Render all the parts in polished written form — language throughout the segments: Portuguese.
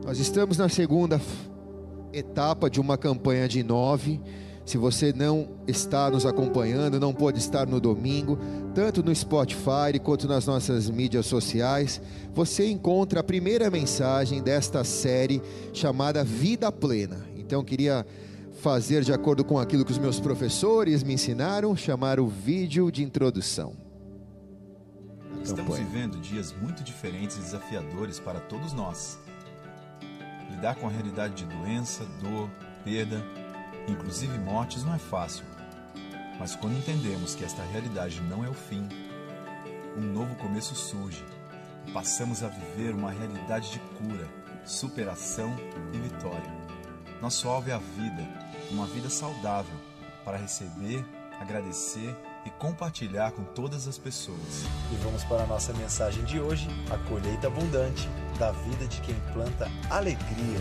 Nós estamos na segunda etapa de uma campanha de 9. Se você não está nos acompanhando, não pôde estar no domingo, tanto no Spotify quanto nas nossas mídias sociais, você encontra a primeira mensagem desta série chamada Vida Plena. Então queria fazer de acordo com aquilo que os meus professores me ensinaram, chamar o vídeo de introdução. Estamos vivendo dias muito diferentes e desafiadores para todos nós. Lidar com a realidade de doença, dor, perda, inclusive mortes, não é fácil. Mas quando entendemos que esta realidade não é o fim, um novo começo surge e passamos a viver uma realidade de cura, superação e vitória. Nosso alvo é a vida, uma vida saudável, para receber, agradecer e compartilhar com todas as pessoas. E vamos para a nossa mensagem de hoje, a colheita abundante da vida de quem planta alegria.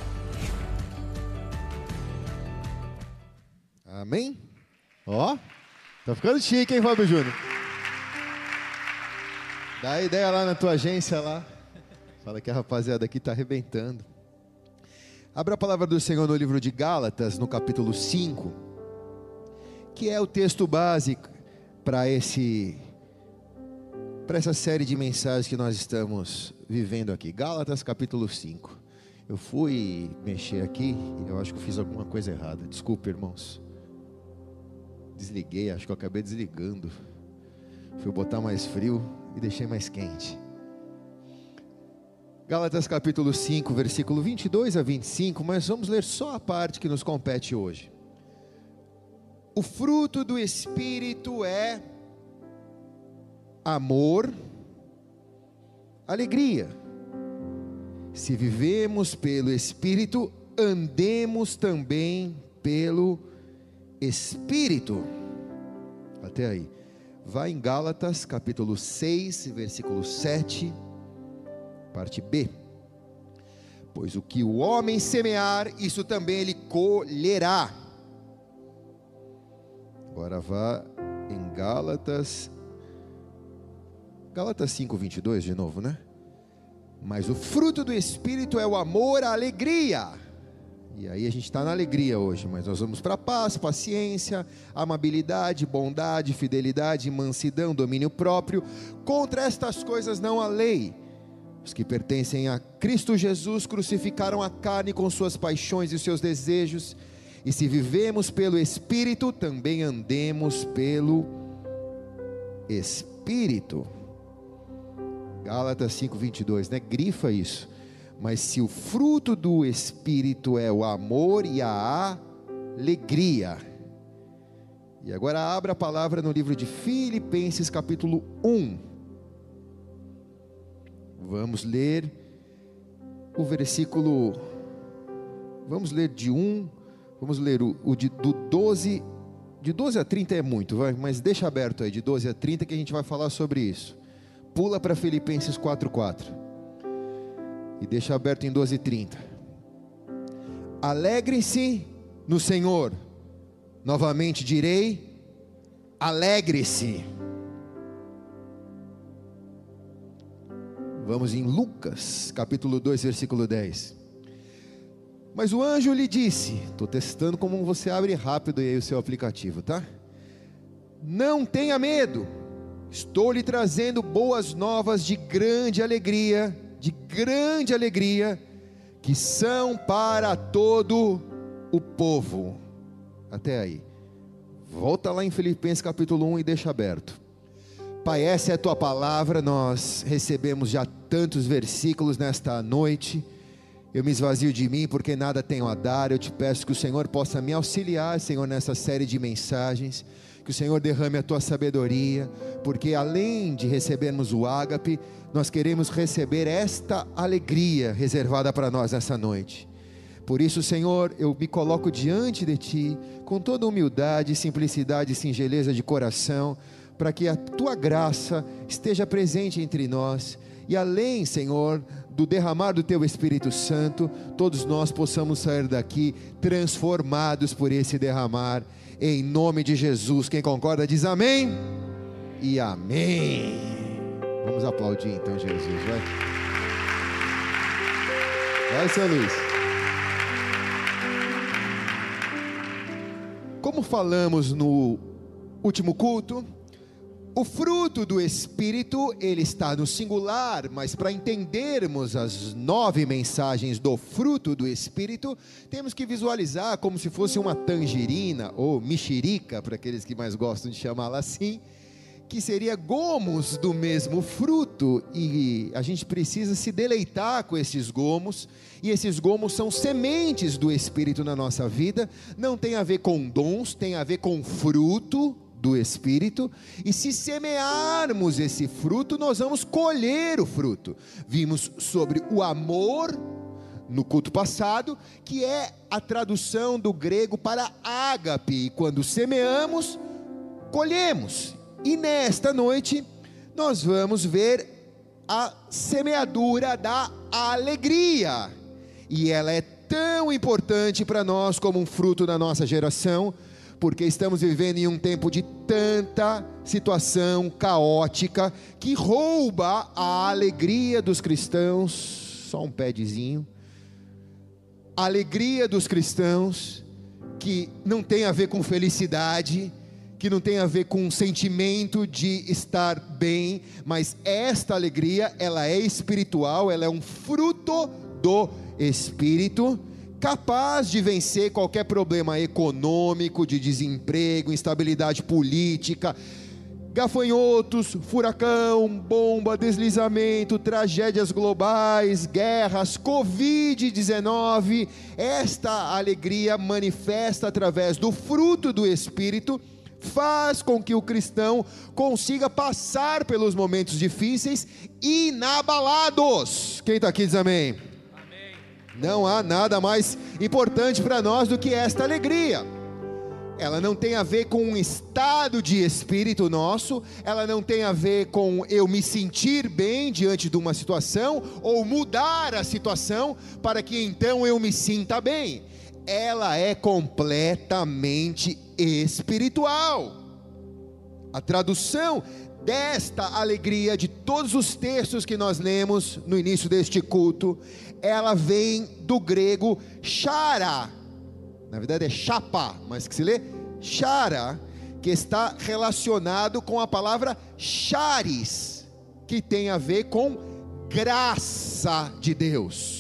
Amém? Ó, tá ficando chique, hein, Fábio Júnior? Dá a ideia lá na tua agência lá. Fala que a rapaziada aqui tá arrebentando. Abra a palavra do Senhor no livro de Gálatas, no capítulo 5, que é o texto básico para essa série de mensagens que nós estamos vivendo aqui. Gálatas capítulo 5. Eu fui mexer aqui e eu acho que eu fiz alguma coisa errada. Desculpe, irmãos. Desliguei, acho que eu acabei desligando. Fui botar mais frio e deixei mais quente. Gálatas capítulo 5, versículo 22 a 25, mas vamos ler só a parte que nos compete hoje. O fruto do Espírito é amor, alegria. Se vivemos pelo Espírito, andemos também pelo Espírito. Até aí. Vai em Gálatas capítulo 6, versículo 7, parte B. Pois o que o homem semear, isso também ele colherá. Agora vá em Gálatas 5, 22 de novo, né? Mas o fruto do Espírito é o amor, a alegria. E aí a gente está na alegria hoje, mas nós vamos para a paz, paciência, amabilidade, bondade, fidelidade, mansidão, domínio próprio. Contra estas coisas não há lei. Os que pertencem a Cristo Jesus crucificaram a carne com suas paixões e seus desejos. E se vivemos pelo Espírito, também andemos pelo Espírito. Gálatas 5, 22, né? Grifa isso. Mas se o fruto do Espírito é o amor e a alegria. E agora abra a palavra no livro de Filipenses capítulo 1. Vamos ler o versículo, vamos ler de 1, vamos ler do 12, de 12 a 30 é muito, mas deixa aberto aí, de 12 a 30 que a gente vai falar sobre isso. Pula para Filipenses 4:4 e deixa aberto em 12:30. Alegre-se no Senhor. Novamente direi, alegre-se. Vamos em Lucas capítulo 2, versículo 10. Mas o anjo lhe disse, estou testando como você abre rápido aí o seu aplicativo, tá? Não tenha medo, estou lhe trazendo boas novas de grande alegria, que são para todo o povo. Até aí. Volta lá em Filipenses capítulo 1 e deixa aberto. Pai, essa é a tua palavra, nós recebemos já tantos versículos nesta noite. Eu me esvazio de mim porque nada tenho a dar. Eu te peço que o Senhor possa me auxiliar, Senhor, nessa série de mensagens. Que o Senhor derrame a tua sabedoria, porque além de recebermos o ágape, nós queremos receber esta alegria reservada para nós nessa noite. Por isso, Senhor, eu me coloco diante de Ti, com toda humildade, simplicidade e singeleza de coração, para que a Tua graça esteja presente entre nós, e além, Senhor, do derramar do Teu Espírito Santo, todos nós possamos sair daqui transformados por esse derramar, em nome de Jesus. Quem concorda diz amém e amém. Vamos aplaudir então Jesus, vai. Vai, seu Luiz. Como falamos no último culto, o fruto do Espírito, ele está no singular, mas para entendermos as 9 mensagens do fruto do Espírito, temos que visualizar como se fosse uma tangerina, ou mexerica, para aqueles que mais gostam de chamá-la assim, que seria gomos do mesmo fruto, e a gente precisa se deleitar com esses gomos, e esses gomos são sementes do Espírito na nossa vida, não tem a ver com dons, tem a ver com fruto do Espírito, e se semearmos esse fruto, nós vamos colher o fruto. Vimos sobre o amor no culto passado, que é a tradução do grego para ágape, e quando semeamos, colhemos. E nesta noite, nós vamos ver a semeadura da alegria, e ela é tão importante para nós como um fruto da nossa geração, porque estamos vivendo em um tempo de tanta situação caótica, que rouba a alegria dos cristãos. Só um padzinho. A alegria dos cristãos, que não tem a ver com felicidade, que não tem a ver com um sentimento de estar bem, mas esta alegria, ela é espiritual, ela é um fruto do Espírito, capaz de vencer qualquer problema econômico, de desemprego, instabilidade política, gafanhotos, furacão, bomba, deslizamento, tragédias globais, guerras, Covid-19. Esta alegria manifesta através do fruto do Espírito, faz com que o cristão consiga passar pelos momentos difíceis inabalados. Quem está aqui diz amém. Amém. Não há nada mais importante para nós do que esta alegria. Ela não tem a ver com um estado de espírito nosso, ela não tem a ver com eu me sentir bem diante de uma situação, ou mudar a situação para que então eu me sinta bem. Ela é completamente espiritual. A tradução desta alegria, de todos os textos que nós lemos no início deste culto, ela vem do grego chara, na verdade é chapa, mas que se lê chara, que está relacionado com a palavra charis, que tem a ver com graça de Deus,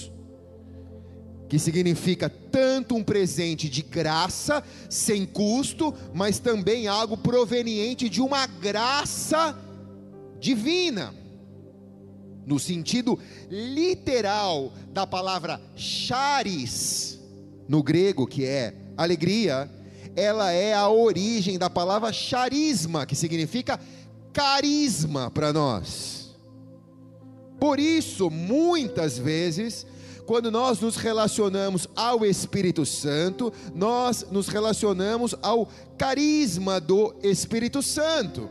que significa tanto um presente de graça, sem custo, mas também algo proveniente de uma graça divina, no sentido literal da palavra charis, no grego, que é alegria, ela é a origem da palavra charisma, que significa carisma para nós. Por isso, muitas vezes, quando nós nos relacionamos ao Espírito Santo, nós nos relacionamos ao carisma do Espírito Santo.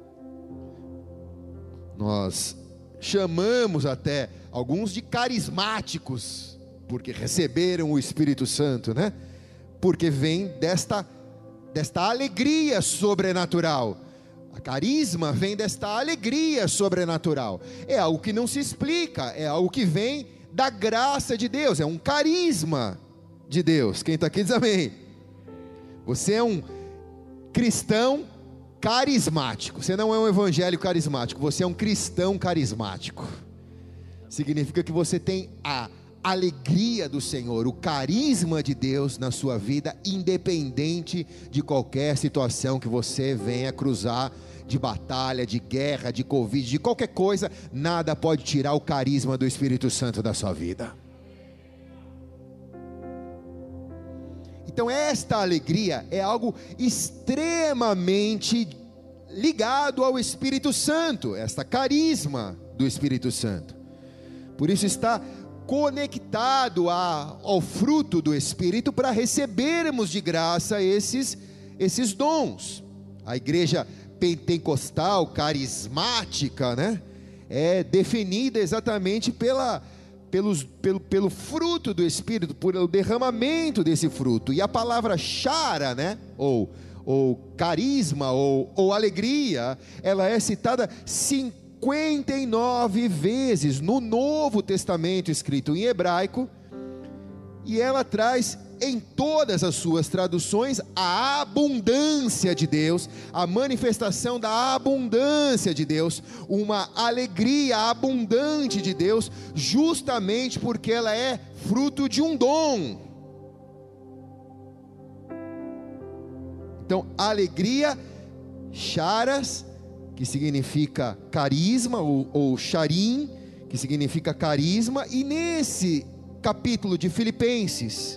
Nós chamamos até alguns de carismáticos, porque receberam o Espírito Santo, né? Porque vem desta alegria sobrenatural. A carisma vem desta alegria sobrenatural. É algo que não se explica, é algo que vem da graça de Deus, é um carisma de Deus. Quem está aqui diz amém. Você é um cristão carismático, você não é um evangélico carismático, você é um cristão carismático. Significa que você tem a alegria do Senhor, o carisma de Deus na sua vida, independente de qualquer situação que você venha cruzar, de batalha, de guerra, de Covid, de qualquer coisa, nada pode tirar o carisma do Espírito Santo da sua vida. Então esta alegria é algo extremamente ligado ao Espírito Santo, esta carisma do Espírito Santo. Por isso está conectado ao fruto do Espírito, para recebermos de graça esses dons. A igreja pentecostal, carismática, né, é definida exatamente pelo fruto do Espírito, pelo derramamento desse fruto. E a palavra chara, né, ou carisma, ou alegria, ela é citada 59 vezes no Novo Testamento, escrito em hebraico, E ela traz em todas as suas traduções a abundância de Deus, a manifestação da abundância de Deus, uma alegria abundante de Deus, justamente porque ela é fruto de um dom. Então, alegria, charas, que significa carisma, ou charim, que significa carisma. E nesse capítulo de Filipenses,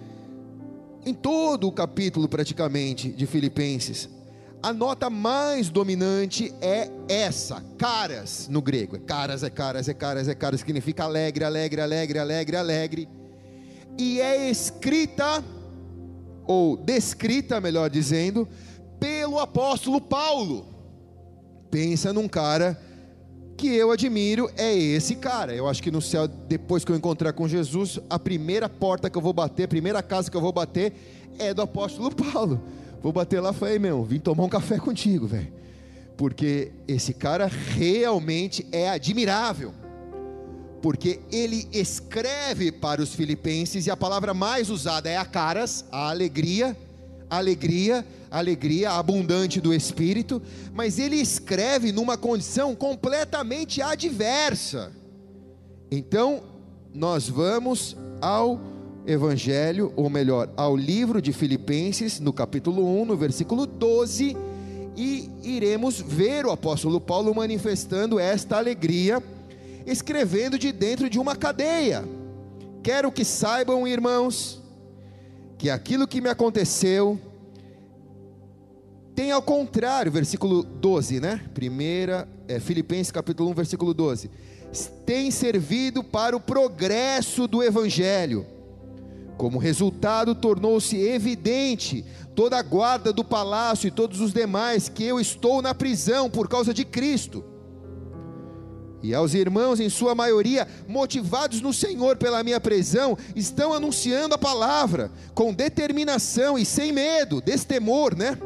em todo o capítulo praticamente de Filipenses, a nota mais dominante é essa, caras no grego, caras, significa alegre, alegre, alegre, alegre, alegre, e é escrita, ou descrita, melhor dizendo, pelo apóstolo Paulo. Pensa num cara que eu admiro, é esse cara. Eu acho que no céu, depois que eu encontrar com Jesus, a primeira porta que eu vou bater, a primeira casa que eu vou bater é do apóstolo Paulo. Vou bater lá e falei: meu, vim tomar um café contigo, velho, porque esse cara realmente é admirável, porque ele escreve para os filipenses, e a palavra mais usada é a caras, a alegria, alegria, alegria abundante do Espírito, mas ele escreve numa condição completamente adversa. Então, nós vamos ao Evangelho, ou melhor, ao livro de Filipenses, no capítulo 1, no versículo 12, e iremos ver o apóstolo Paulo manifestando esta alegria, escrevendo de dentro de uma cadeia. Quero que saibam, irmãos, que aquilo que me aconteceu tem ao contrário, versículo 12, né? Filipenses capítulo 1, versículo 12, tem servido para o progresso do Evangelho. Como resultado, tornou-se evidente toda a guarda do palácio e todos os demais que eu estou na prisão por causa de Cristo. E aos irmãos, em sua maioria, motivados no Senhor pela minha prisão, estão anunciando a palavra, com determinação e sem medo, destemor, né?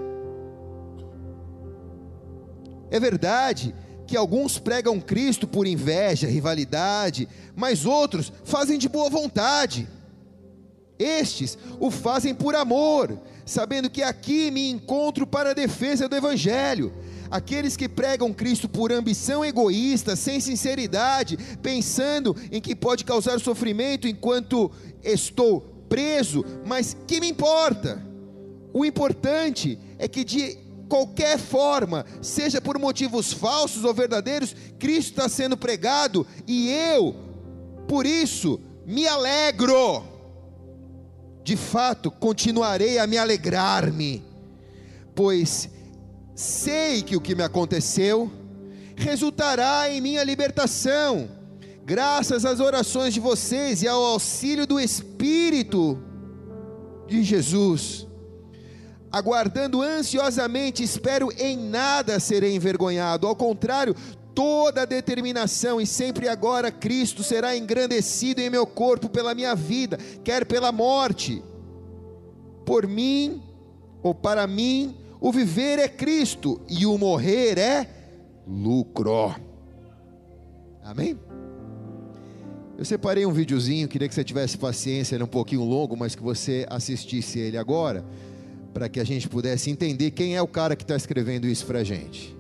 É verdade que alguns pregam Cristo por inveja, rivalidade, mas outros fazem de boa vontade. Estes o fazem por amor, sabendo que aqui me encontro para a defesa do Evangelho. Aqueles que pregam Cristo por ambição egoísta, sem sinceridade, pensando em que pode causar sofrimento enquanto estou preso, mas que me importa? O importante é que de qualquer forma, seja por motivos falsos ou verdadeiros, Cristo está sendo pregado, e eu, por isso, me alegro. De fato, continuarei a me alegrar-me, pois sei que o que me aconteceu resultará em minha libertação, graças às orações de vocês e ao auxílio do Espírito de Jesus. Aguardando ansiosamente, espero em nada serei envergonhado, ao contrário, toda a determinação, e sempre agora Cristo será engrandecido em meu corpo pela minha vida, quer pela morte. Por mim, ou para mim, o viver é Cristo, e o morrer é lucro. Amém? Eu separei um videozinho, queria que você tivesse paciência, ele é um pouquinho longo, mas que você assistisse ele agora, para que a gente pudesse entender quem é o cara que está escrevendo isso para a gente.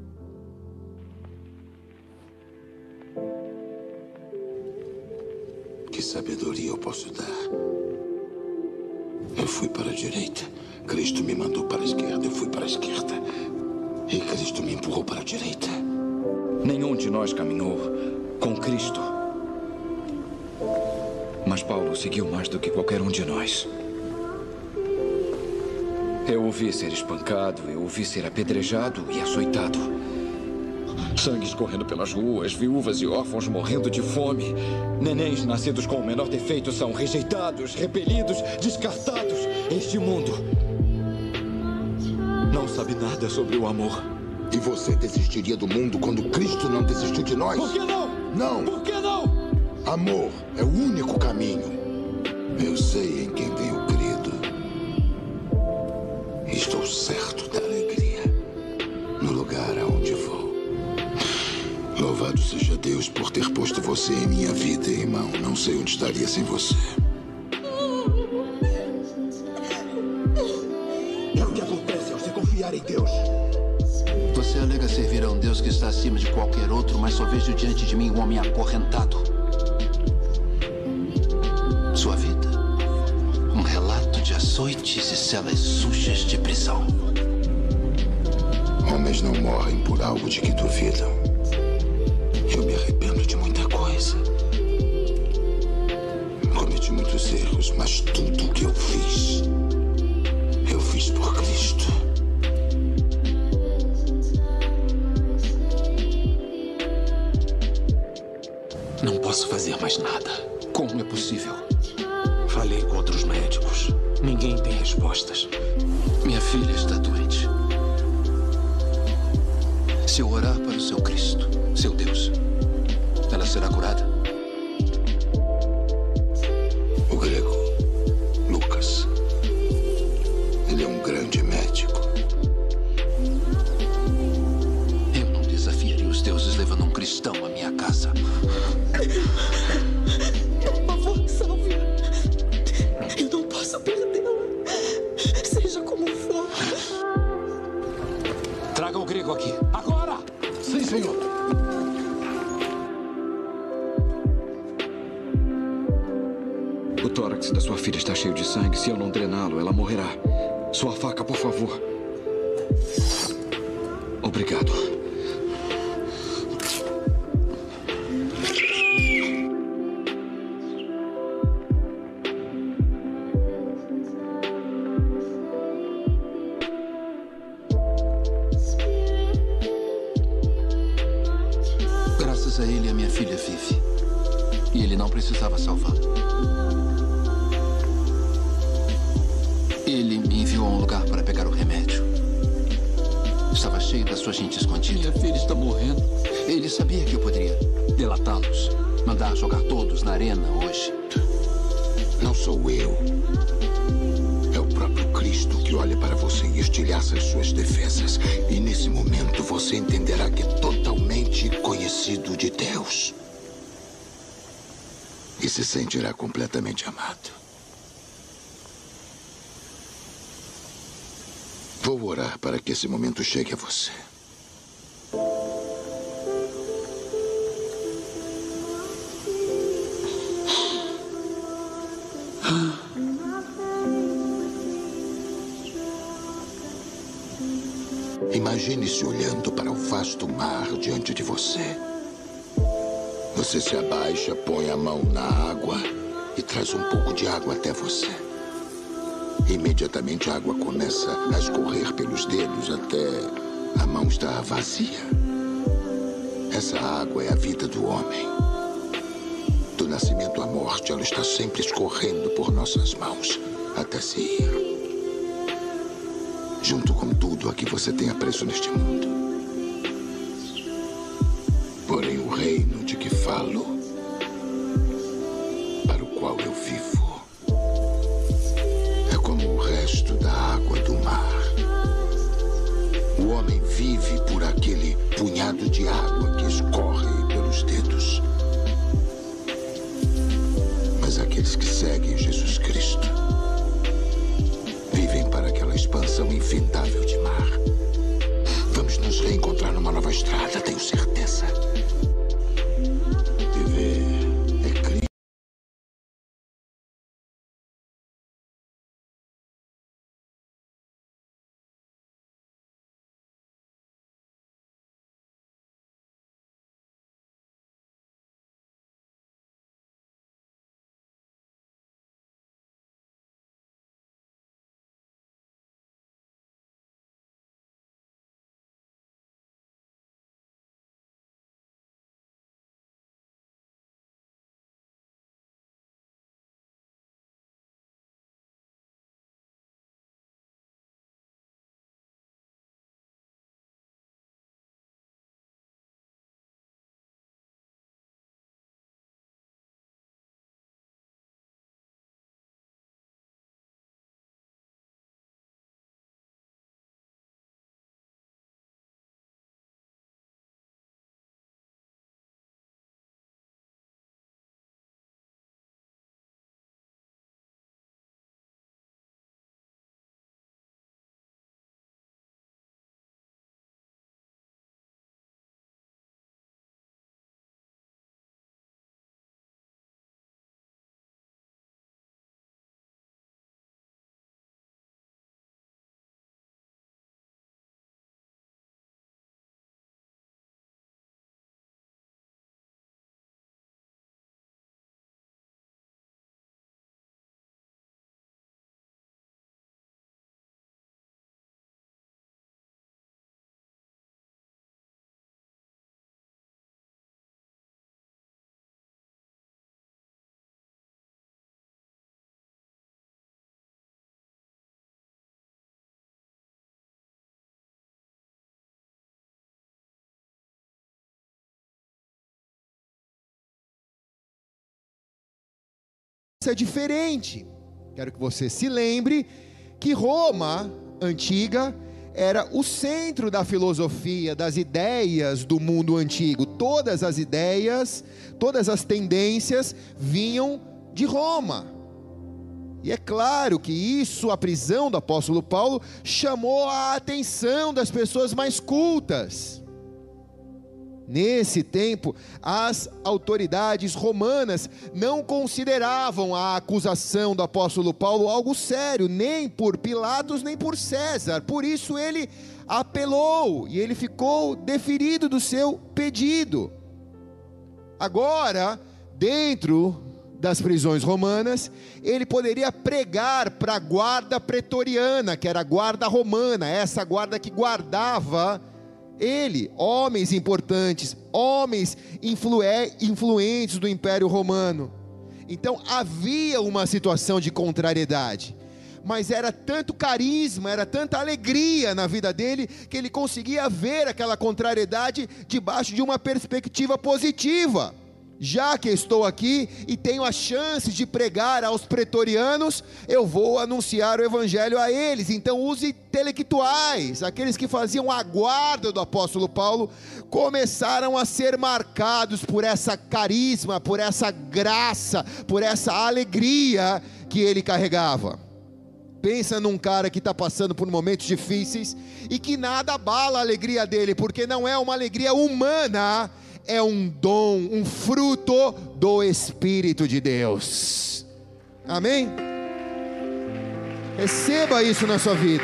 Que sabedoria eu posso dar? Eu fui para a direita, Cristo me mandou para a esquerda, eu fui para a esquerda, e Cristo me empurrou para a direita. Nenhum de nós caminhou com Cristo, mas Paulo seguiu mais do que qualquer um de nós. Eu o vi ser espancado, eu o vi ser apedrejado e açoitado. Sangue escorrendo pelas ruas, viúvas e órfãos morrendo de fome. Nenéns nascidos com o menor defeito são rejeitados, repelidos, descartados. Este mundo não sabe nada sobre o amor. E você desistiria do mundo quando Cristo não desistiu de nós? Por que não? Não. Por que não? Amor é o único caminho. Eu sei em quem tenho crido. Estou certo da alegria no lugar aonde vou. Louvado seja Deus por ter posto você em minha vida, irmão. Não sei onde estaria sem você. Deus. Você alega servir a um Deus que está acima de qualquer outro, mas só vejo diante de mim um homem acorrentado. Sua vida? Um relato de açoites e celas sujas de prisão. Homens não morrem por algo de que duvidam. Eu me arrependo de muita coisa. Cometi muitos erros, mas tudo o que eu fiz por Cristo. Não posso fazer mais nada. Como é possível? Falei com outros médicos. Ninguém tem respostas. Minha filha está doente. Se eu orar para o seu Cristo, seu Deus, ela será curada? O grego, Lucas. Ele é um grande médico. Eu não desafiaria os deuses levando um cristão à minha casa. Por favor, salve-a. Eu não posso perdê-la. Seja como for. Traga o grego aqui. Agora! Sim, senhor. O tórax da sua filha está cheio de sangue. Se eu não drená-lo, ela morrerá. Sua faca, por favor. Obrigado. Graças a ele, a minha filha vive. E ele não precisava salvá-la. Ele me enviou a um lugar para pegar o remédio. Estava cheio da sua gente escondida. Minha filha está morrendo. Ele sabia que eu poderia delatá-los, mandar jogar todos na arena hoje. Não sou eu. É o próprio Cristo que olha para você e estilhaça as suas defesas. E nesse momento você entenderá que é totalmente conhecido de Deus. E se sentirá completamente amado. Vou orar para que esse momento chegue a você. Imagine-se olhando para o vasto mar diante de você. Você se abaixa, põe a mão na água e traz um pouco de água até você. Imediatamente a água começa a escorrer pelos dedos até a mão estar vazia. Essa água é a vida do homem. Do nascimento à morte, ela está sempre escorrendo por nossas mãos até se ir. Junto com tudo a que você tem apreço neste mundo. Porém, o reino de que falo, para o qual eu vivo, é como o resto da água do mar. O homem vive por aquele punhado de água que escorre pelos dedos. Mas aqueles que seguem Jesus Cristo vivem para aquela expansão infindável de mar. Vamos nos reencontrar numa nova estrada, tenho certeza. é diferente. Quero que você se lembre que Roma antiga era o centro da filosofia, das ideias do mundo antigo. Todas as ideias, todas as tendências vinham de Roma. E é claro que isso, a prisão do apóstolo Paulo, chamou a atenção das pessoas mais cultas. Nesse tempo, as autoridades romanas não consideravam a acusação do apóstolo Paulo algo sério, nem por Pilatos, nem por César. Por isso ele apelou e ele ficou deferido do seu pedido. Agora, dentro das prisões romanas, ele poderia pregar para a guarda pretoriana, que era a guarda romana, essa guarda que guardava ele, homens importantes, homens influentes do Império Romano. Então havia uma situação de contrariedade, mas era tanto carisma, era tanta alegria na vida dele, que ele conseguia ver aquela contrariedade debaixo de uma perspectiva positiva. Já que estou aqui e tenho a chance de pregar aos pretorianos, eu vou anunciar o evangelho a eles. Então os intelectuais, aqueles que faziam a guarda do apóstolo Paulo, começaram a ser marcados por essa carisma, por essa graça, por essa alegria que ele carregava. Pensa num cara que está passando por momentos difíceis e que nada abala a alegria dele, porque não é uma alegria humana, é um dom, um fruto do Espírito de Deus. Amém? Receba isso na sua vida.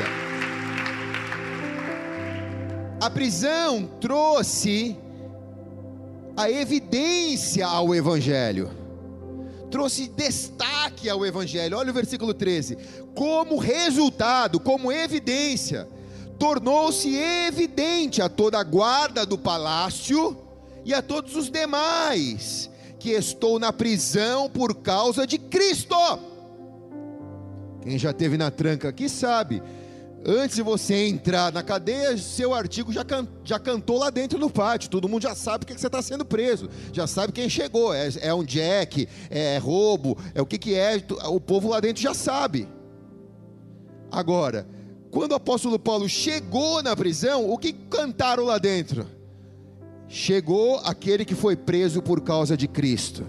A prisão trouxe a evidência ao Evangelho, trouxe destaque ao Evangelho. Olha o versículo 13: como resultado, como evidência, tornou-se evidente a toda a guarda do palácio e a todos os demais, que estou na prisão por causa de Cristo. Quem já esteve na tranca aqui sabe, antes de você entrar na cadeia, seu artigo já cantou lá dentro no pátio, todo mundo já sabe porque você está sendo preso, já sabe quem chegou, é um jack, é roubo, é o que é, o povo lá dentro já sabe. Agora, quando o apóstolo Paulo chegou na prisão, o que cantaram lá dentro? Chegou aquele que foi preso por causa de Cristo.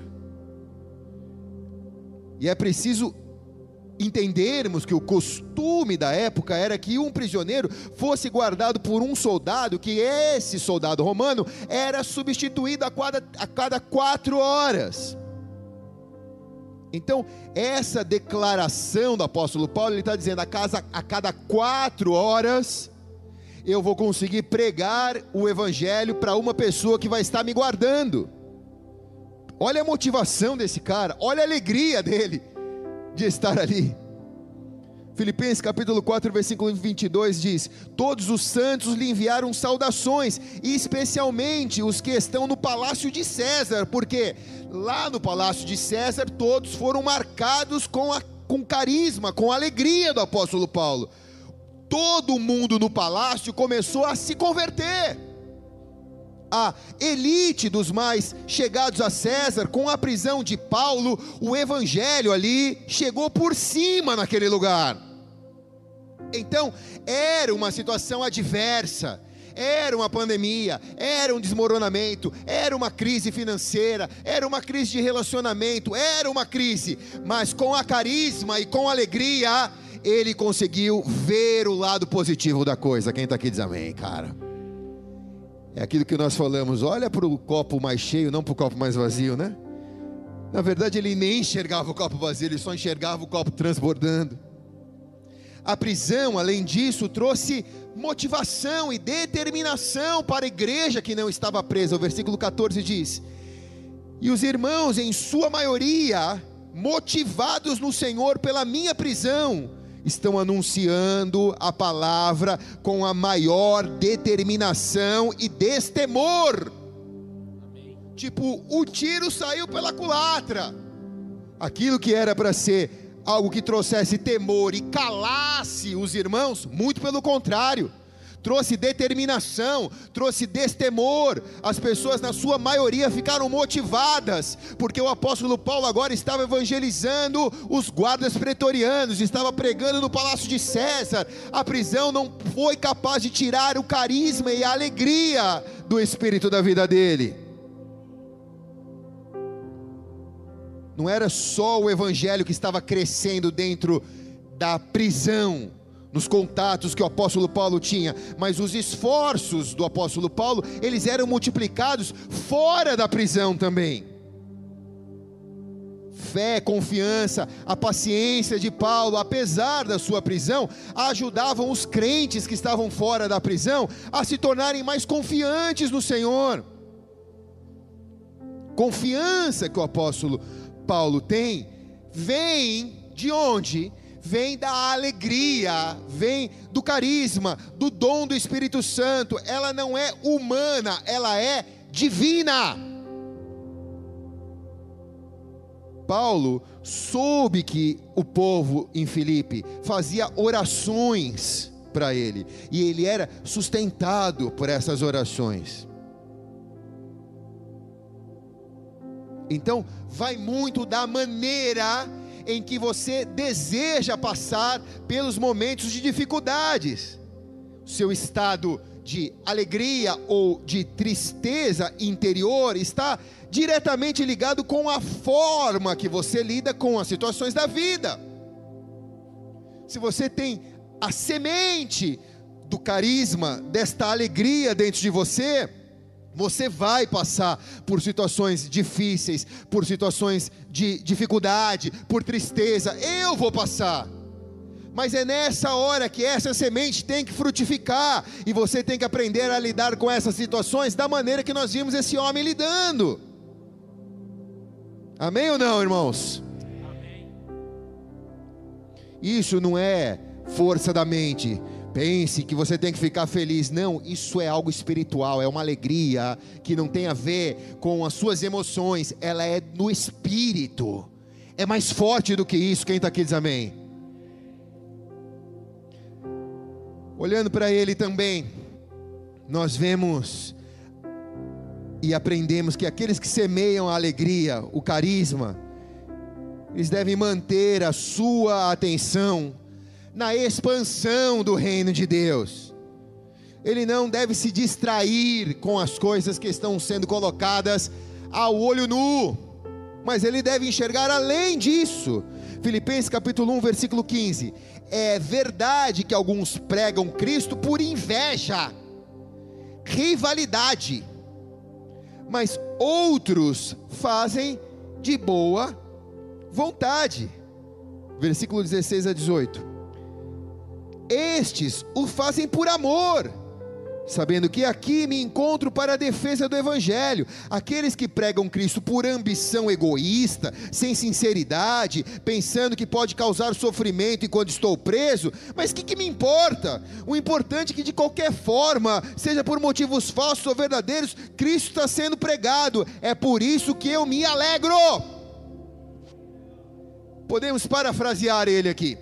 E é preciso entendermos que o costume da época era que um prisioneiro fosse guardado por um soldado, que esse soldado romano era substituído a cada 4 horas. Então, essa declaração do apóstolo Paulo, ele está dizendo, a cada 4 horas, eu vou conseguir pregar o evangelho para uma pessoa que vai estar me guardando. Olha a motivação desse cara, olha a alegria dele de estar ali. Filipenses capítulo 4, versículo 22 diz: todos os santos lhe enviaram saudações, e especialmente os que estão no palácio de César, porque lá no palácio de César todos foram marcados com carisma, com alegria do apóstolo Paulo. Todo mundo no palácio começou a se converter. A elite dos mais chegados a César, com a prisão de Paulo, o evangelho ali chegou por cima naquele lugar. Então era uma situação adversa, era uma pandemia, era um desmoronamento, era uma crise financeira, era uma crise de relacionamento, era uma crise, mas com a carisma e com a alegria, ele conseguiu ver o lado positivo da coisa. Quem está aqui diz amém, cara. É aquilo que nós falamos, olha para o copo mais cheio, não para o copo mais vazio, né? Na verdade ele nem enxergava o copo vazio, ele só enxergava o copo transbordando. A prisão, além disso, trouxe motivação e determinação para a igreja que não estava presa. O versículo 14 diz: e os irmãos, em sua maioria, motivados no Senhor pela minha prisão, estão anunciando a palavra com a maior determinação e destemor. Amém. Tipo, o tiro saiu pela culatra. Aquilo que era para ser algo que trouxesse temor e calasse os irmãos, muito pelo contrário, trouxe determinação, trouxe destemor. As pessoas, na sua maioria, ficaram motivadas, porque o apóstolo Paulo agora estava evangelizando os guardas pretorianos, estava pregando no palácio de César. A prisão não foi capaz de tirar o carisma e a alegria do espírito da vida dele. Não era só o evangelho que estava crescendo dentro da prisão, nos contatos que o apóstolo Paulo tinha, mas os esforços do apóstolo Paulo, eles eram multiplicados fora da prisão também. Fé, confiança, a paciência de Paulo, apesar da sua prisão, ajudavam os crentes que estavam fora da prisão a se tornarem mais confiantes no Senhor. Confiança que o apóstolo Paulo tem, vem de onde? Vem da alegria, vem do carisma, do dom do Espírito Santo. Ela não é humana, ela é divina. Paulo soube que o povo em Filipe fazia orações para ele, e ele era sustentado por essas orações. Então, vai muito da maneira em que você deseja passar pelos momentos de dificuldades. Seu estado de alegria ou de tristeza interior está diretamente ligado com a forma que você lida com as situações da vida. Se você tem a semente do carisma, desta alegria dentro de você, você vai passar por situações difíceis, por situações de dificuldade, por tristeza. Eu vou passar. Mas é nessa hora que essa semente tem que frutificar, e você tem que aprender a lidar com essas situações da maneira que nós vimos esse homem lidando. Amém ou não, irmãos? Amém. Isso não é força da mente. Pense que você tem que ficar feliz. Não, isso é algo espiritual, é uma alegria que não tem a ver com as suas emoções, ela é no espírito, é mais forte do que isso. Quem está aqui diz amém. Olhando para ele também, nós vemos e aprendemos que aqueles que semeiam a alegria, o carisma, eles devem manter a sua atenção na expansão do reino de Deus. Ele não deve se distrair com as coisas que estão sendo colocadas ao olho nu, mas ele deve enxergar além disso. Filipenses capítulo 1, versículo 15. É verdade que alguns pregam Cristo por inveja, rivalidade, mas outros fazem de boa vontade. Versículo 16 a 18. Estes o fazem por amor, sabendo que aqui me encontro para a defesa do Evangelho. Aqueles que pregam Cristo por ambição egoísta, sem sinceridade, pensando que pode causar sofrimento enquanto estou preso, mas o que me importa? O importante é que de qualquer forma, seja por motivos falsos ou verdadeiros, Cristo está sendo pregado. É por isso que eu me alegro. Podemos parafrasear ele aqui.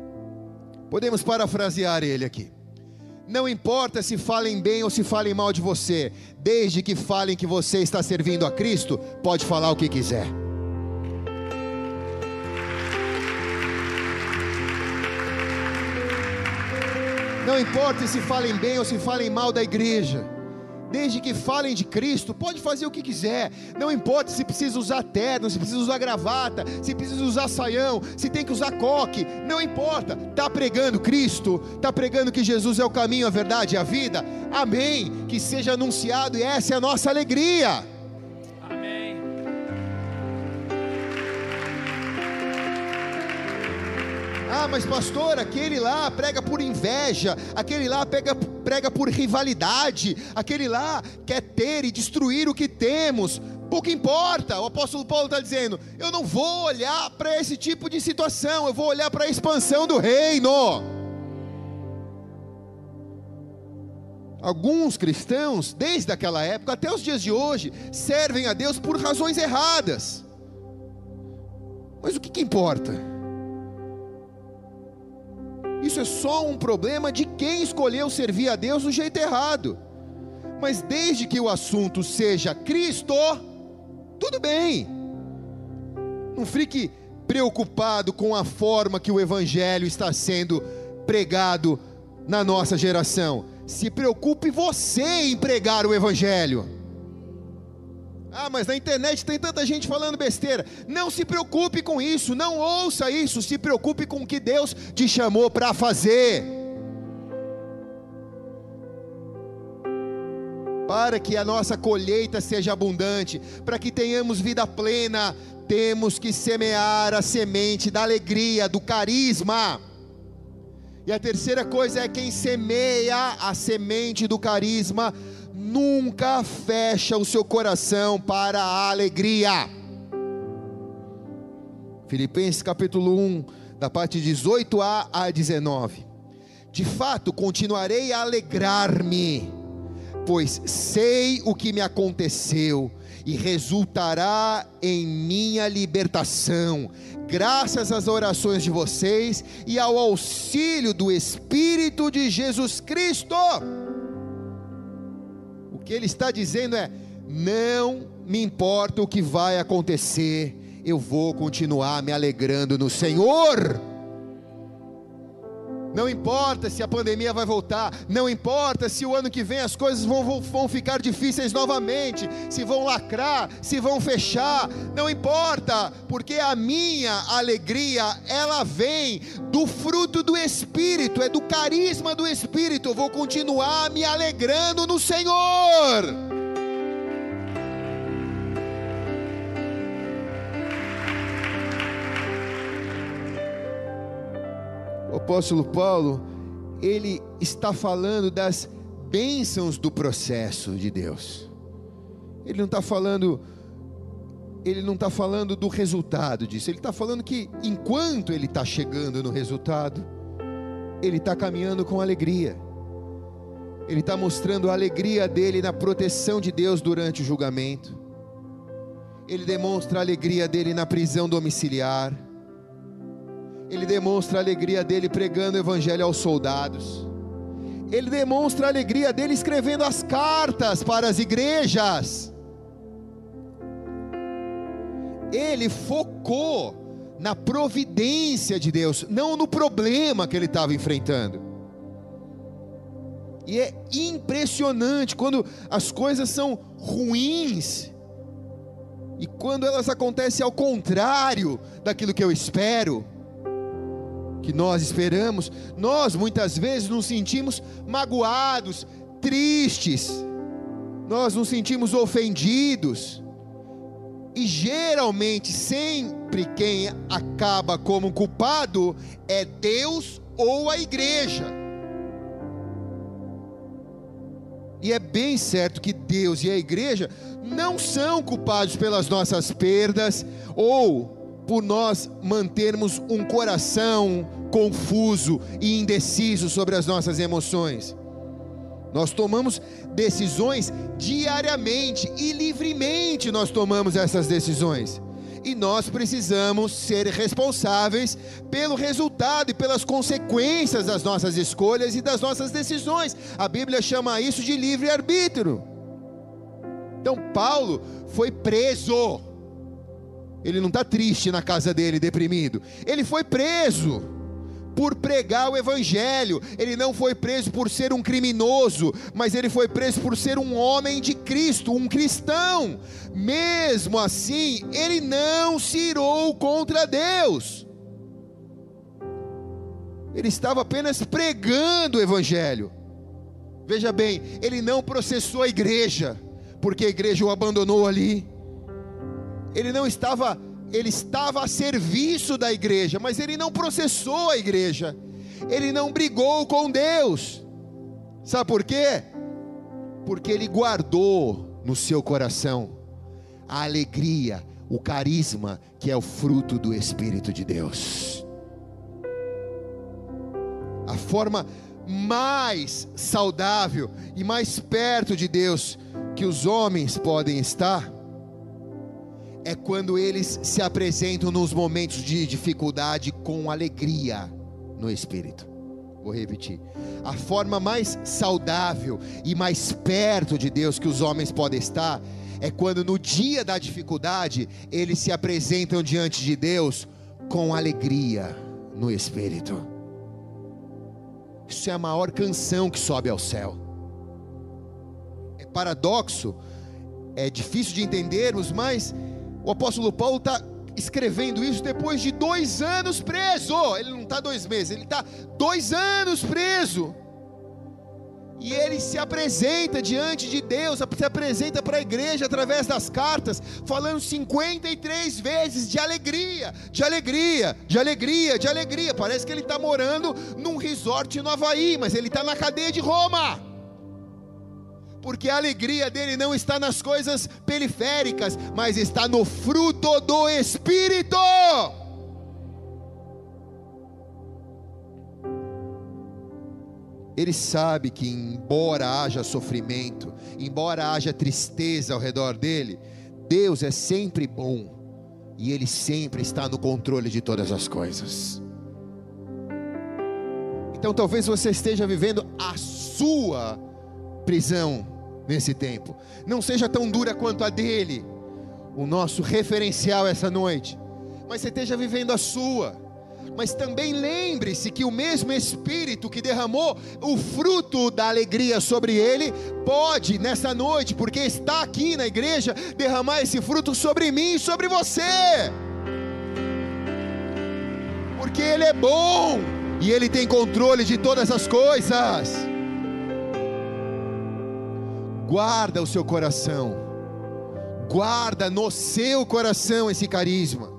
Não importa se falem bem ou se falem mal de você, desde que falem que você está servindo a Cristo, pode falar o que quiser. Não importa se falem bem ou se falem mal da igreja, desde que falem de Cristo, pode fazer o que quiser. Não importa se precisa usar terno, se precisa usar gravata, se precisa usar saião, se tem que usar coque, não importa. Está pregando Cristo, está pregando que Jesus é o caminho, a verdade e a vida. Amém, que seja anunciado, e essa é a nossa alegria. Amém. Ah, mas pastor, aquele lá prega por inveja, aquele lá prega por rivalidade, aquele lá quer ter e destruir o que temos. Pouco importa. O apóstolo Paulo está dizendo: eu não vou olhar para esse tipo de situação, eu vou olhar para a expansão do reino. Alguns cristãos, desde aquela época até os dias de hoje, servem a Deus por razões erradas. Mas o que importa? Isso é só um problema de quem escolheu servir a Deus do jeito errado. Mas desde que o assunto seja Cristo, tudo bem. Não fique preocupado com a forma que o Evangelho está sendo pregado na nossa geração. Se preocupe você em pregar o Evangelho. Ah, mas na internet tem tanta gente falando besteira. Não se preocupe com isso, não ouça isso. Se preocupe com o que Deus te chamou para fazer. Para que a nossa colheita seja abundante, para que tenhamos vida plena, temos que semear a semente da alegria, do carisma. E a terceira coisa é: quem semeia a semente do carisma nunca fecha o seu coração para a alegria. Filipenses capítulo 1, da parte 18a a 19. De fato, continuarei a alegrar-me, pois sei o que me aconteceu e resultará em minha libertação, graças às orações de vocês e ao auxílio do Espírito de Jesus Cristo. O que ele está dizendo é: não me importa o que vai acontecer, eu vou continuar me alegrando no Senhor. Não importa se a pandemia vai voltar, não importa se o ano que vem as coisas vão ficar difíceis novamente, se vão lacrar, se vão fechar, não importa, porque a minha alegria, ela vem do fruto do Espírito, é do carisma do Espírito. Eu vou continuar me alegrando no Senhor. O apóstolo Paulo, ele está falando das bênçãos do processo de Deus. Ele não está falando do resultado disso. Ele está falando que enquanto ele está chegando no resultado, ele está caminhando com alegria. Ele está mostrando a alegria dele na proteção de Deus durante o julgamento. Ele demonstra a alegria dele na prisão domiciliar. Ele demonstra a alegria dele pregando o evangelho aos soldados. Ele demonstra a alegria dele escrevendo as cartas para as igrejas. Ele focou na providência de Deus, não no problema que ele estava enfrentando. E é impressionante quando as coisas são ruins e quando elas acontecem ao contrário daquilo que eu espero, que nós esperamos, nós muitas vezes nos sentimos magoados, tristes, nós nos sentimos ofendidos, e geralmente sempre quem acaba como culpado é Deus ou a igreja. E é bem certo que Deus e a igreja não são culpados pelas nossas perdas, ou por nós mantermos um coração confuso e indeciso sobre as nossas emoções. Nós tomamos decisões diariamente e livremente nós tomamos essas decisões. E nós precisamos ser responsáveis pelo resultado e pelas consequências das nossas escolhas e das nossas decisões. A Bíblia chama isso de livre-arbítrio. Então Paulo foi preso. Ele não está triste na casa dele, deprimido. Ele foi preso por pregar o evangelho. Ele não foi preso por ser um criminoso, mas ele foi preso por ser um homem de Cristo, um cristão. Mesmo assim, ele não se irou contra Deus. Ele estava apenas pregando o evangelho. Veja bem, ele não processou a igreja, porque a igreja o abandonou ali. Ele estava a serviço da igreja, mas ele não processou a igreja, ele não brigou com Deus. Sabe por quê? Porque ele guardou no seu coração a alegria, o carisma, que é o fruto do Espírito de Deus. A forma mais saudável e mais perto de Deus que os homens podem estar é quando eles se apresentam nos momentos de dificuldade com alegria no Espírito. Vou repetir. A forma mais saudável e mais perto de Deus que os homens podem estar é quando no dia da dificuldade eles se apresentam diante de Deus com alegria no Espírito. Isso é a maior canção que sobe ao céu. É paradoxo, é difícil de entendermos, mas o apóstolo Paulo está escrevendo isso depois de 2 anos preso. Ele não está 2 meses, ele está 2 anos preso. E ele se apresenta diante de Deus, se apresenta para a igreja através das cartas, falando 53 vezes de alegria, de alegria, de alegria, de alegria. Parece que ele está morando num resort no Havaí, mas ele está na cadeia de Roma. Porque a alegria dele não está nas coisas periféricas, mas está no fruto do Espírito. Ele sabe que embora haja sofrimento, embora haja tristeza ao redor dele, Deus é sempre bom e Ele sempre está no controle de todas as coisas. Então talvez você esteja vivendo a sua prisão nesse tempo, não seja tão dura quanto a dele, o nosso referencial essa noite, mas você esteja vivendo a sua. Mas também lembre-se que o mesmo Espírito que derramou o fruto da alegria sobre ele, pode nessa noite, porque está aqui na igreja, derramar esse fruto sobre mim e sobre você, porque Ele é bom e Ele tem controle de todas as coisas. Guarda o seu coração, guarda no seu coração esse carisma.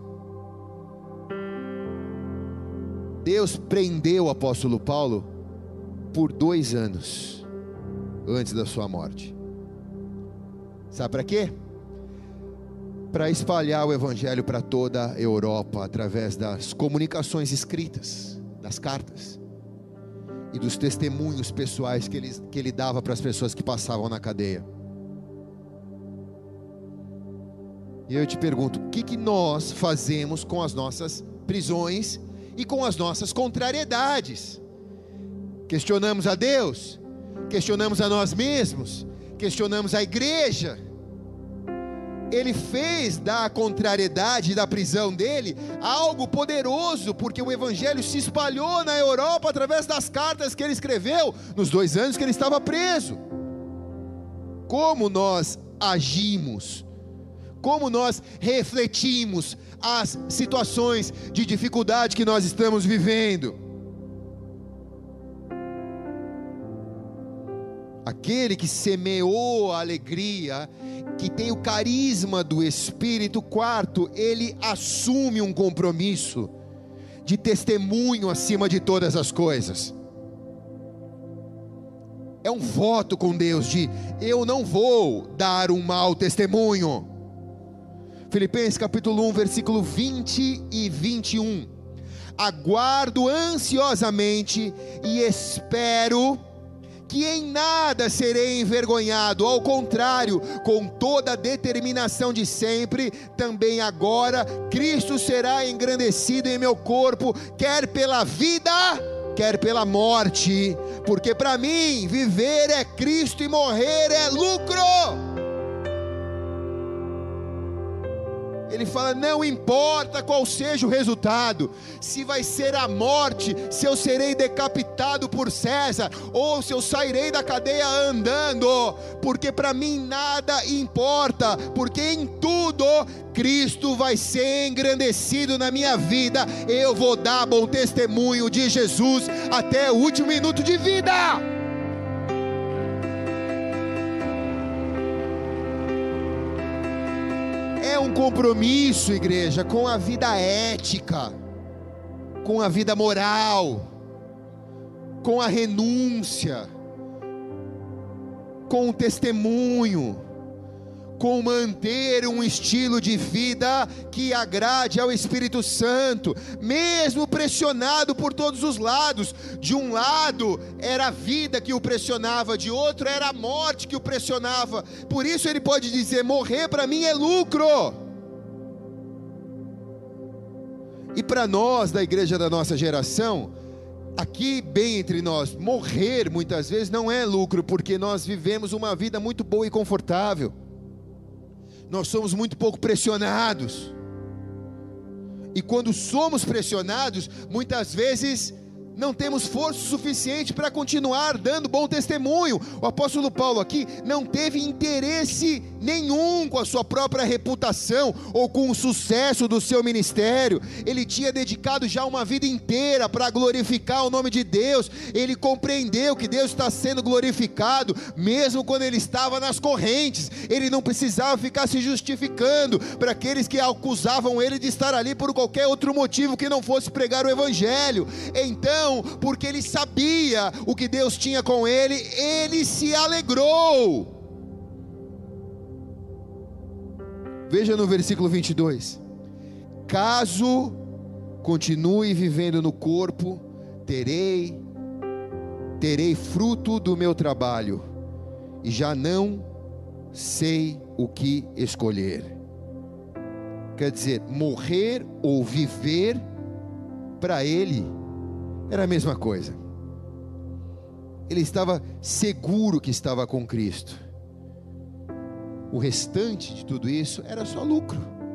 Deus prendeu o apóstolo Paulo por 2 anos antes da sua morte. Sabe para quê? Para espalhar o evangelho para toda a Europa através das comunicações escritas, das cartas e dos testemunhos pessoais que ele dava para as pessoas que passavam na cadeia. E eu te pergunto, o que nós fazemos com as nossas prisões e com as nossas contrariedades? Questionamos a Deus, questionamos a nós mesmos, questionamos a igreja. Ele fez da contrariedade, da prisão dele, algo poderoso, porque o evangelho se espalhou na Europa através das cartas que ele escreveu nos 2 anos que ele estava preso. Como nós agimos, como nós refletimos as situações de dificuldade que nós estamos vivendo. Aquele que semeou a alegria, que tem o carisma do Espírito, quarto, ele assume um compromisso de testemunho acima de todas as coisas. É um voto com Deus de eu não vou dar um mau testemunho. Filipenses capítulo 1, versículo 20 e 21. Aguardo ansiosamente e espero que em nada serei envergonhado, ao contrário, com toda a determinação de sempre, também agora, Cristo será engrandecido em meu corpo, quer pela vida, quer pela morte, porque para mim, viver é Cristo e morrer é lucro. Ele fala, não importa qual seja o resultado, se vai ser a morte, se eu serei decapitado por César, ou se eu sairei da cadeia andando, porque para mim nada importa, porque em tudo Cristo vai ser engrandecido na minha vida, eu vou dar bom testemunho de Jesus até o último minuto de vida. É um compromisso, igreja, com a vida ética, com a vida moral, com a renúncia, com o testemunho, com manter um estilo de vida que agrade ao Espírito Santo, mesmo pressionado por todos os lados. De um lado era a vida que o pressionava, de outro era a morte que o pressionava. Por isso ele pode dizer, morrer para mim é lucro. E para nós da igreja da nossa geração, aqui bem entre nós, morrer muitas vezes não é lucro, porque nós vivemos uma vida muito boa e confortável. Nós somos muito pouco pressionados. E quando somos pressionados, muitas vezes não temos força suficiente para continuar dando bom testemunho. O apóstolo Paulo aqui não teve interesse nenhum com a sua própria reputação ou com o sucesso do seu ministério. Ele tinha dedicado já uma vida inteira para glorificar o nome de Deus. Ele compreendeu que Deus está sendo glorificado mesmo quando ele estava nas correntes. Ele não precisava ficar se justificando para aqueles que acusavam ele de estar ali por qualquer outro motivo que não fosse pregar o evangelho. Então, porque ele sabia o que Deus tinha com ele, ele se alegrou. Veja no versículo 22: caso continue vivendo no corpo, terei fruto do meu trabalho, e já não sei o que escolher. Quer dizer, morrer ou viver, para ele era a mesma coisa. Ele estava seguro que estava com Cristo. O restante de tudo isso era só lucro.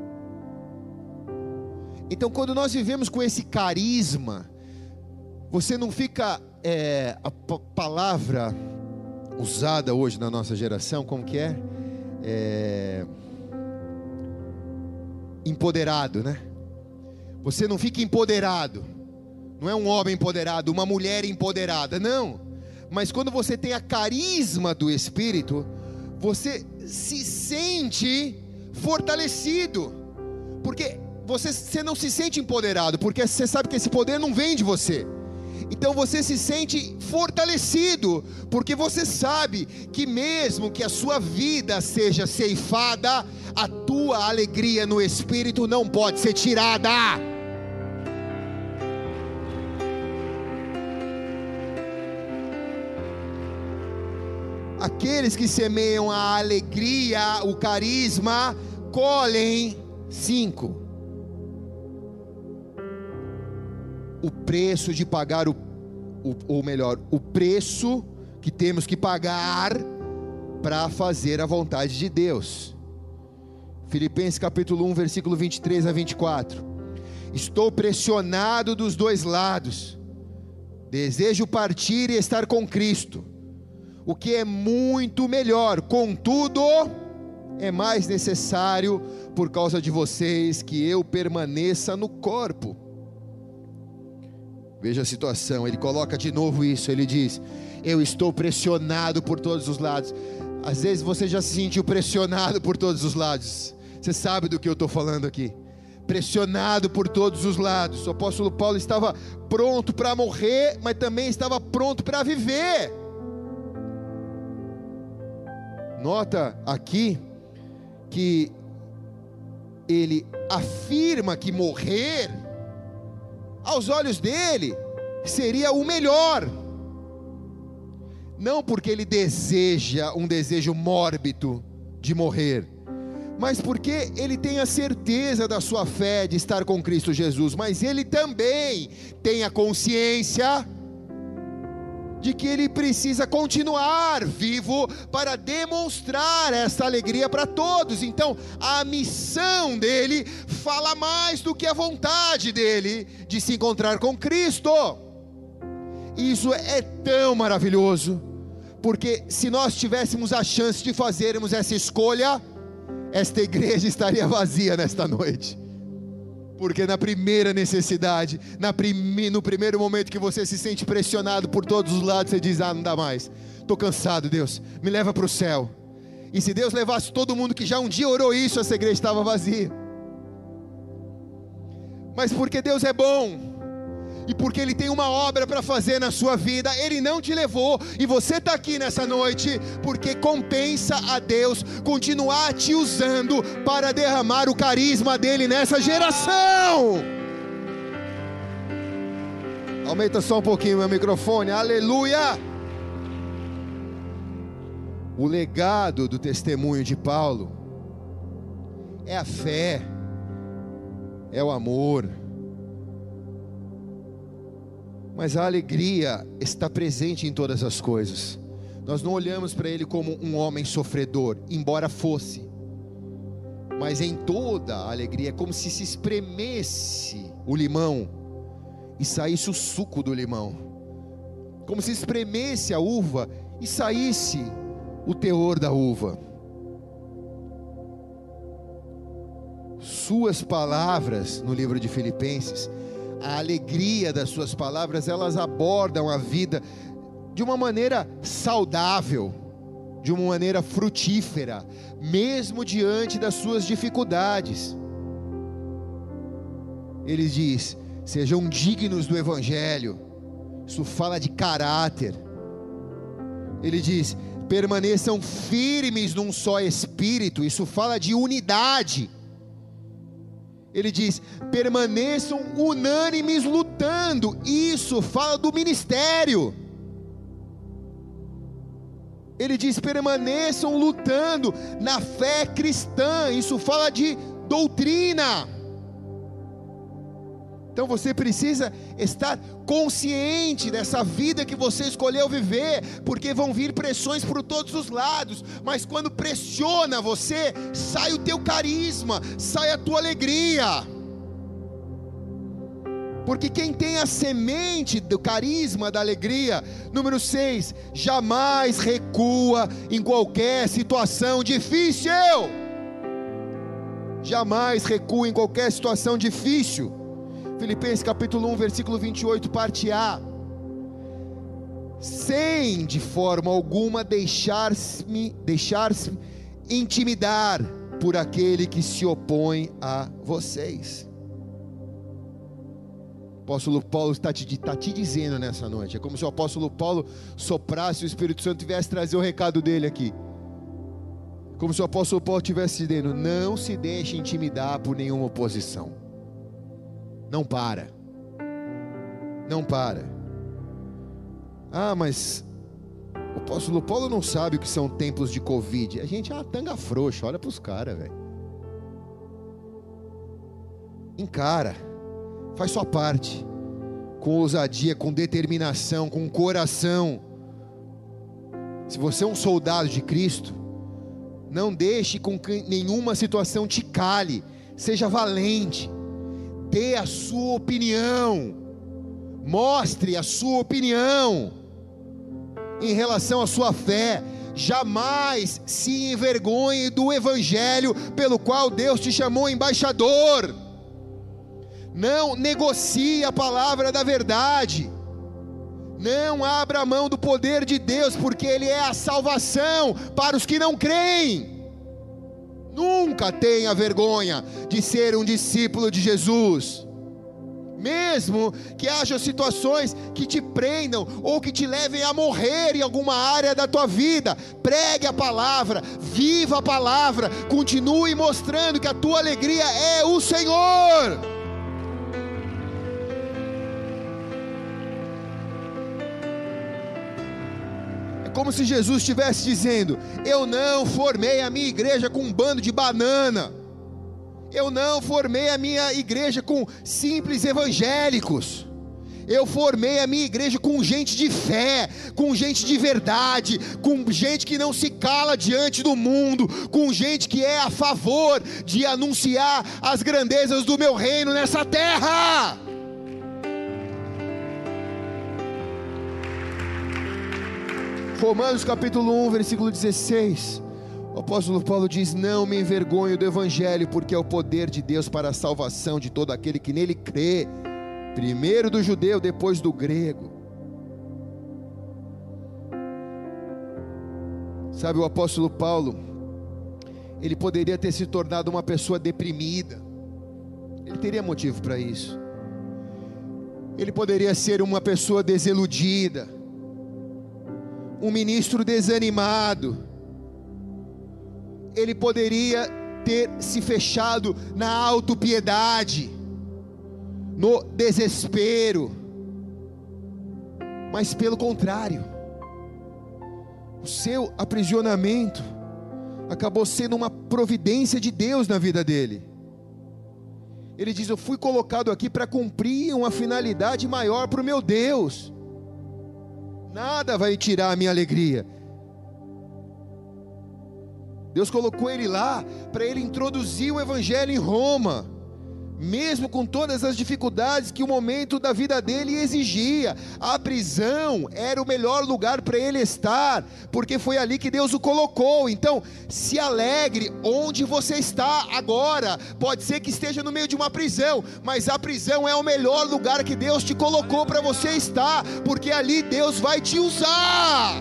Então, quando nós vivemos com esse carisma, você não fica, a palavra usada hoje na nossa geração, como que é? Empoderado, né? Você não fica empoderado. Não é um homem empoderado, uma mulher empoderada, não. Mas quando você tem a carisma do Espírito, você se sente fortalecido. Porque você não se sente empoderado, porque você sabe que esse poder não vem de você. Então você se sente fortalecido, porque você sabe que mesmo que a sua vida seja ceifada, a tua alegria no Espírito não pode ser tirada. Aqueles que semeiam a alegria, o carisma, colhem 5. O preço de pagar o preço que temos que pagar para fazer a vontade de Deus. Filipenses capítulo 1, versículo 23 a 24. Estou pressionado dos dois lados. Desejo partir e estar com Cristo, o que é muito melhor. Contudo, é mais necessário por causa de vocês que eu permaneça no corpo. Veja a situação, ele coloca de novo isso, ele diz: eu estou pressionado por todos os lados. Às vezes você já se sentiu pressionado por todos os lados. Você sabe do que eu estou falando aqui. Pressionado por todos os lados. O apóstolo Paulo estava pronto para morrer, mas também estava pronto para viver. Nota aqui que ele afirma que morrer, aos olhos dele, seria o melhor. Não porque ele deseja um desejo mórbido de morrer, mas porque ele tem a certeza da sua fé de estar com Cristo Jesus. Mas ele também tem a consciência de que ele precisa continuar vivo para demonstrar essa alegria para todos. Então a missão dele fala mais do que a vontade dele de se encontrar com Cristo. Isso é tão maravilhoso, porque se nós tivéssemos a chance de fazermos essa escolha, esta igreja estaria vazia nesta noite. Porque na primeira necessidade, no primeiro momento que você se sente pressionado por todos os lados, você diz: não dá mais, estou cansado, Deus, me leva para o céu. E se Deus levasse todo mundo que já um dia orou isso, essa igreja estava vazia. Mas porque Deus é bom, e porque Ele tem uma obra para fazer na sua vida, Ele não te levou, e você está aqui nessa noite, porque compensa a Deus continuar te usando para derramar o carisma dEle nessa geração. Aumenta só um pouquinho meu microfone, aleluia. O legado do testemunho de Paulo é a fé, é o amor. Mas a alegria está presente em todas as coisas. Nós não olhamos para ele como um homem sofredor, embora fosse, mas em toda a alegria, é como se espremesse o limão e saísse o suco do limão, como se espremesse a uva e saísse o teor da uva. Suas palavras, no livro de Filipenses, a alegria das suas palavras, elas abordam a vida de uma maneira saudável, de uma maneira frutífera, mesmo diante das suas dificuldades. Ele diz: sejam dignos do Evangelho. Isso fala de caráter. Ele diz: permaneçam firmes num só espírito. Isso fala de unidade. Ele diz: permaneçam unânimes lutando. Isso fala do ministério. Ele diz: permaneçam lutando na fé cristã. Isso fala de doutrina. Então você precisa estar consciente dessa vida que você escolheu viver, porque vão vir pressões por todos os lados, mas quando pressiona você, sai o teu carisma, sai a tua alegria, porque quem tem a semente do carisma, da alegria, número 6, jamais recua em qualquer situação difícil. Jamais recua em qualquer situação difícil. Filipenses capítulo 1, versículo 28, parte A: sem de forma alguma deixar-se intimidar por aquele que se opõe a vocês. O apóstolo Paulo está te dizendo nessa noite, é como se o apóstolo Paulo soprasse, o Espírito Santo tivesse trazer o recado dele aqui, como se o apóstolo Paulo estivesse dizendo: não se deixe intimidar por nenhuma oposição. Não para. Ah, mas o apóstolo Paulo não sabe o que são tempos de Covid. A gente é uma tanga frouxa, olha para os caras, velho. Encara, faz sua parte, com ousadia, com determinação, com coração. Se você é um soldado de Cristo, não deixe com que nenhuma situação te cale, seja valente. Dê a sua opinião, mostre a sua opinião em relação à sua fé. Jamais se envergonhe do Evangelho pelo qual Deus te chamou embaixador. Não negocie a palavra da verdade. Não abra mão do poder de Deus, porque Ele é a salvação para os que não creem. Nunca tenha vergonha de ser um discípulo de Jesus, mesmo que haja situações que te prendam ou que te levem a morrer em alguma área da tua vida. Pregue a palavra, viva a palavra, continue mostrando que a tua alegria é o Senhor. Como se Jesus estivesse dizendo: eu não formei a minha igreja com um bando de banana, eu não formei a minha igreja com simples evangélicos, eu formei a minha igreja com gente de fé, com gente de verdade, com gente que não se cala diante do mundo, com gente que é a favor de anunciar as grandezas do meu reino nessa terra. Romanos capítulo 1, versículo 16, o apóstolo Paulo diz: não me envergonho do Evangelho, porque é o poder de Deus para a salvação de todo aquele que nele crê, primeiro do judeu, depois do grego. Sabe, o apóstolo Paulo, ele poderia ter se tornado uma pessoa deprimida, ele teria motivo para isso. Ele poderia ser uma pessoa desiludida, um ministro desanimado. Ele poderia ter se fechado na autopiedade, no desespero, mas pelo contrário, o seu aprisionamento acabou sendo uma providência de Deus na vida dele. Ele diz: eu fui colocado aqui para cumprir uma finalidade maior para o meu Deus. Nada vai tirar a minha alegria. Deus colocou ele lá para ele introduzir o evangelho em Roma, mesmo com todas as dificuldades que o momento da vida dele exigia. A prisão era o melhor lugar para ele estar, porque foi ali que Deus o colocou. Então, se alegre onde você está agora. Pode ser que esteja no meio de uma prisão, mas a prisão é o melhor lugar que Deus te colocou para você estar, porque ali Deus vai te usar.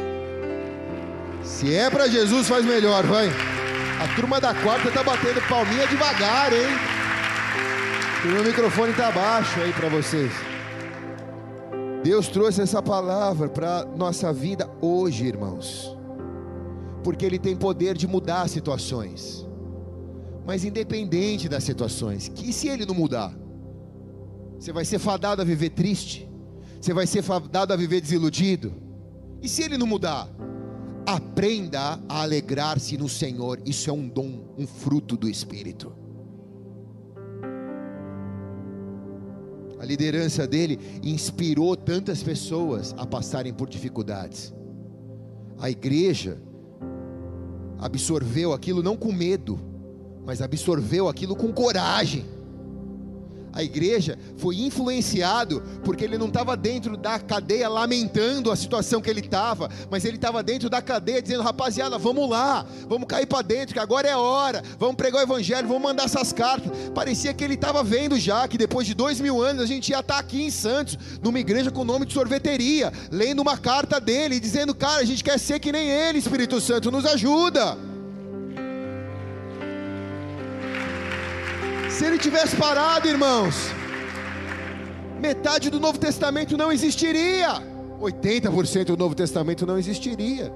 Se é para Jesus, faz melhor, vai. A turma da quarta está batendo palminha devagar, hein? O meu microfone está baixo aí para vocês. Deus trouxe essa palavra para nossa vida hoje, irmãos, porque Ele tem poder de mudar situações. Mas independente das situações, que se Ele não mudar, você vai ser fadado a viver triste, você vai ser fadado a viver desiludido. E se Ele não mudar, aprenda a alegrar-se no Senhor. Isso é um dom, um fruto do Espírito. A liderança dele inspirou tantas pessoas a passarem por dificuldades. A igreja absorveu aquilo não com medo, mas absorveu aquilo com coragem. A igreja foi influenciado porque ele não estava dentro da cadeia lamentando a situação que ele estava, mas ele estava dentro da cadeia dizendo: rapaziada, vamos lá, vamos cair para dentro, que agora é hora, vamos pregar o evangelho, vamos mandar essas cartas. Parecia que ele estava vendo já que depois de 2000 anos a gente ia estar aqui em Santos, numa igreja com o nome de sorveteria, lendo uma carta dele e dizendo: cara, a gente quer ser que nem ele, Espírito Santo, nos ajuda. Se ele tivesse parado, irmãos, metade do Novo Testamento não existiria, 80% do Novo Testamento não existiria.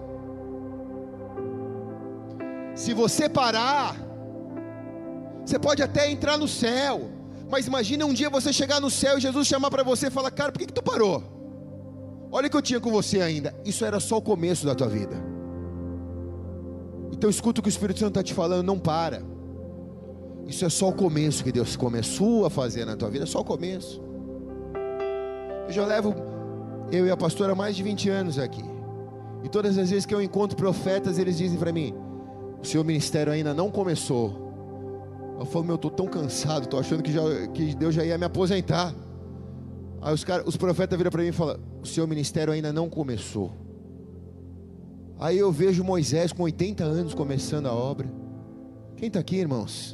Se você parar, você pode até entrar no céu, mas imagina um dia você chegar no céu e Jesus chamar para você e falar: cara, por que tu parou? Olha o que eu tinha com você ainda. Isso era só o começo da tua vida. Então escuta o que o Espírito Santo está te falando, não para. Isso é só o começo que Deus começou a fazer na tua vida, é só o começo. Eu já levo, eu e a pastora, mais de 20 anos aqui, e todas as vezes que eu encontro profetas, eles dizem para mim: o seu ministério ainda não começou. Eu falo: meu, eu estou tão cansado, estou achando que Deus já ia me aposentar. Aí os profetas viram para mim e falam: o seu ministério ainda não começou. Aí eu vejo Moisés com 80 anos começando a obra. Quem está aqui, irmãos?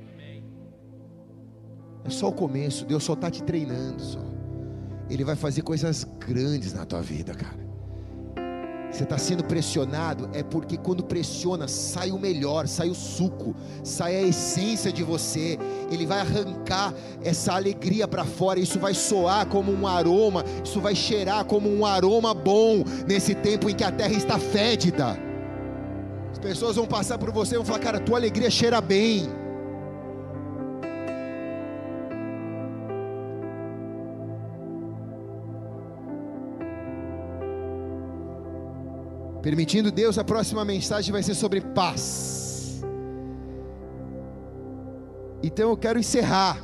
É só o começo. Deus só está te treinando só. Ele vai fazer coisas grandes na tua vida, cara. Você está sendo pressionado, é porque quando pressiona, sai o melhor, sai o suco, sai a essência de você. Ele vai arrancar essa alegria para fora. Isso vai soar como um aroma, isso vai cheirar como um aroma bom, nesse tempo em que a terra está fétida. As pessoas vão passar por você e vão falar: cara, tua alegria cheira bem. Permitindo Deus, a próxima mensagem vai ser sobre paz. Então eu quero encerrar.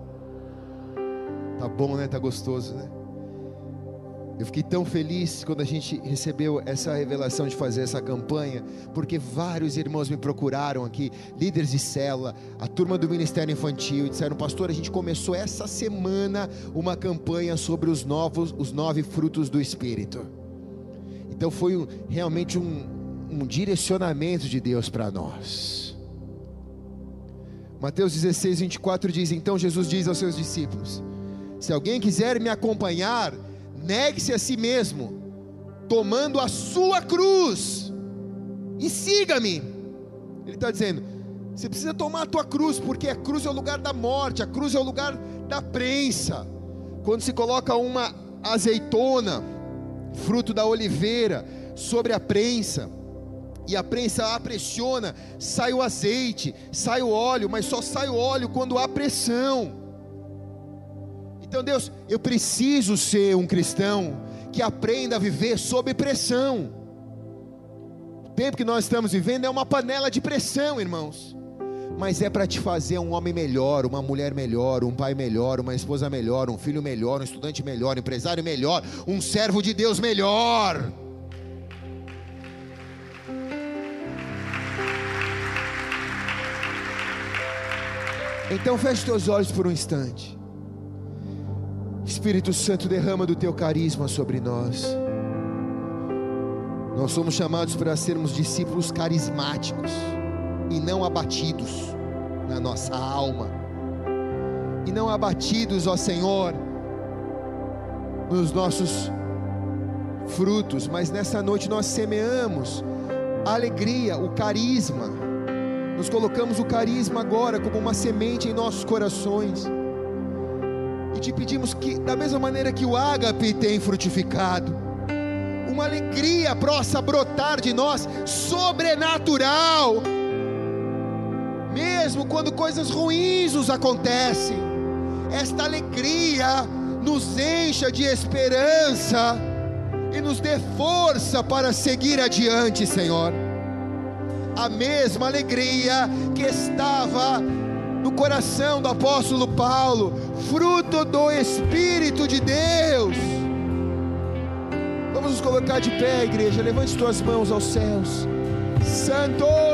Tá bom, né? Tá gostoso, né? Eu fiquei tão feliz quando a gente recebeu essa revelação de fazer essa campanha, porque vários irmãos me procuraram aqui, líderes de célula, a turma do Ministério Infantil, e disseram: pastor, a gente começou essa semana uma campanha sobre os 9 frutos do Espírito. Então foi realmente um direcionamento de Deus para nós. Mateus 16, 24 diz: então Jesus diz aos seus discípulos: se alguém quiser me acompanhar, negue-se a si mesmo, tomando a sua cruz, e siga-me. Ele está dizendo: você precisa tomar a tua cruz, porque a cruz é o lugar da morte, a cruz é o lugar da prensa. Quando se coloca uma azeitona, fruto da oliveira, sobre a prensa, e a prensa a pressiona, sai o azeite, sai o óleo, mas só sai o óleo quando há pressão. Então Deus, eu preciso ser um cristão que aprenda a viver sob pressão. O tempo que nós estamos vivendo é uma panela de pressão, irmãos. mas é para te fazer um homem melhor, uma mulher melhor, um pai melhor, uma esposa melhor, um filho melhor, um estudante melhor, um empresário melhor, um servo de Deus melhor. Então feche teus olhos por um instante. Espírito Santo, derrama do teu carisma sobre nós. Nós somos chamados para sermos discípulos carismáticos e não abatidos na nossa alma, e não abatidos, ó Senhor, nos nossos frutos, mas nessa noite nós semeamos a alegria, o carisma. Nós colocamos o carisma agora como uma semente em nossos corações, e te pedimos que, da mesma maneira que o ágape tem frutificado, uma alegria possa brotar de nós, sobrenatural, mesmo quando coisas ruins nos acontecem. Esta alegria nos encha de esperança e nos dê força para seguir adiante, Senhor. A mesma alegria que estava no coração do apóstolo Paulo, fruto do Espírito de Deus. Vamos nos colocar de pé, igreja. Levante tuas mãos aos céus. Santo!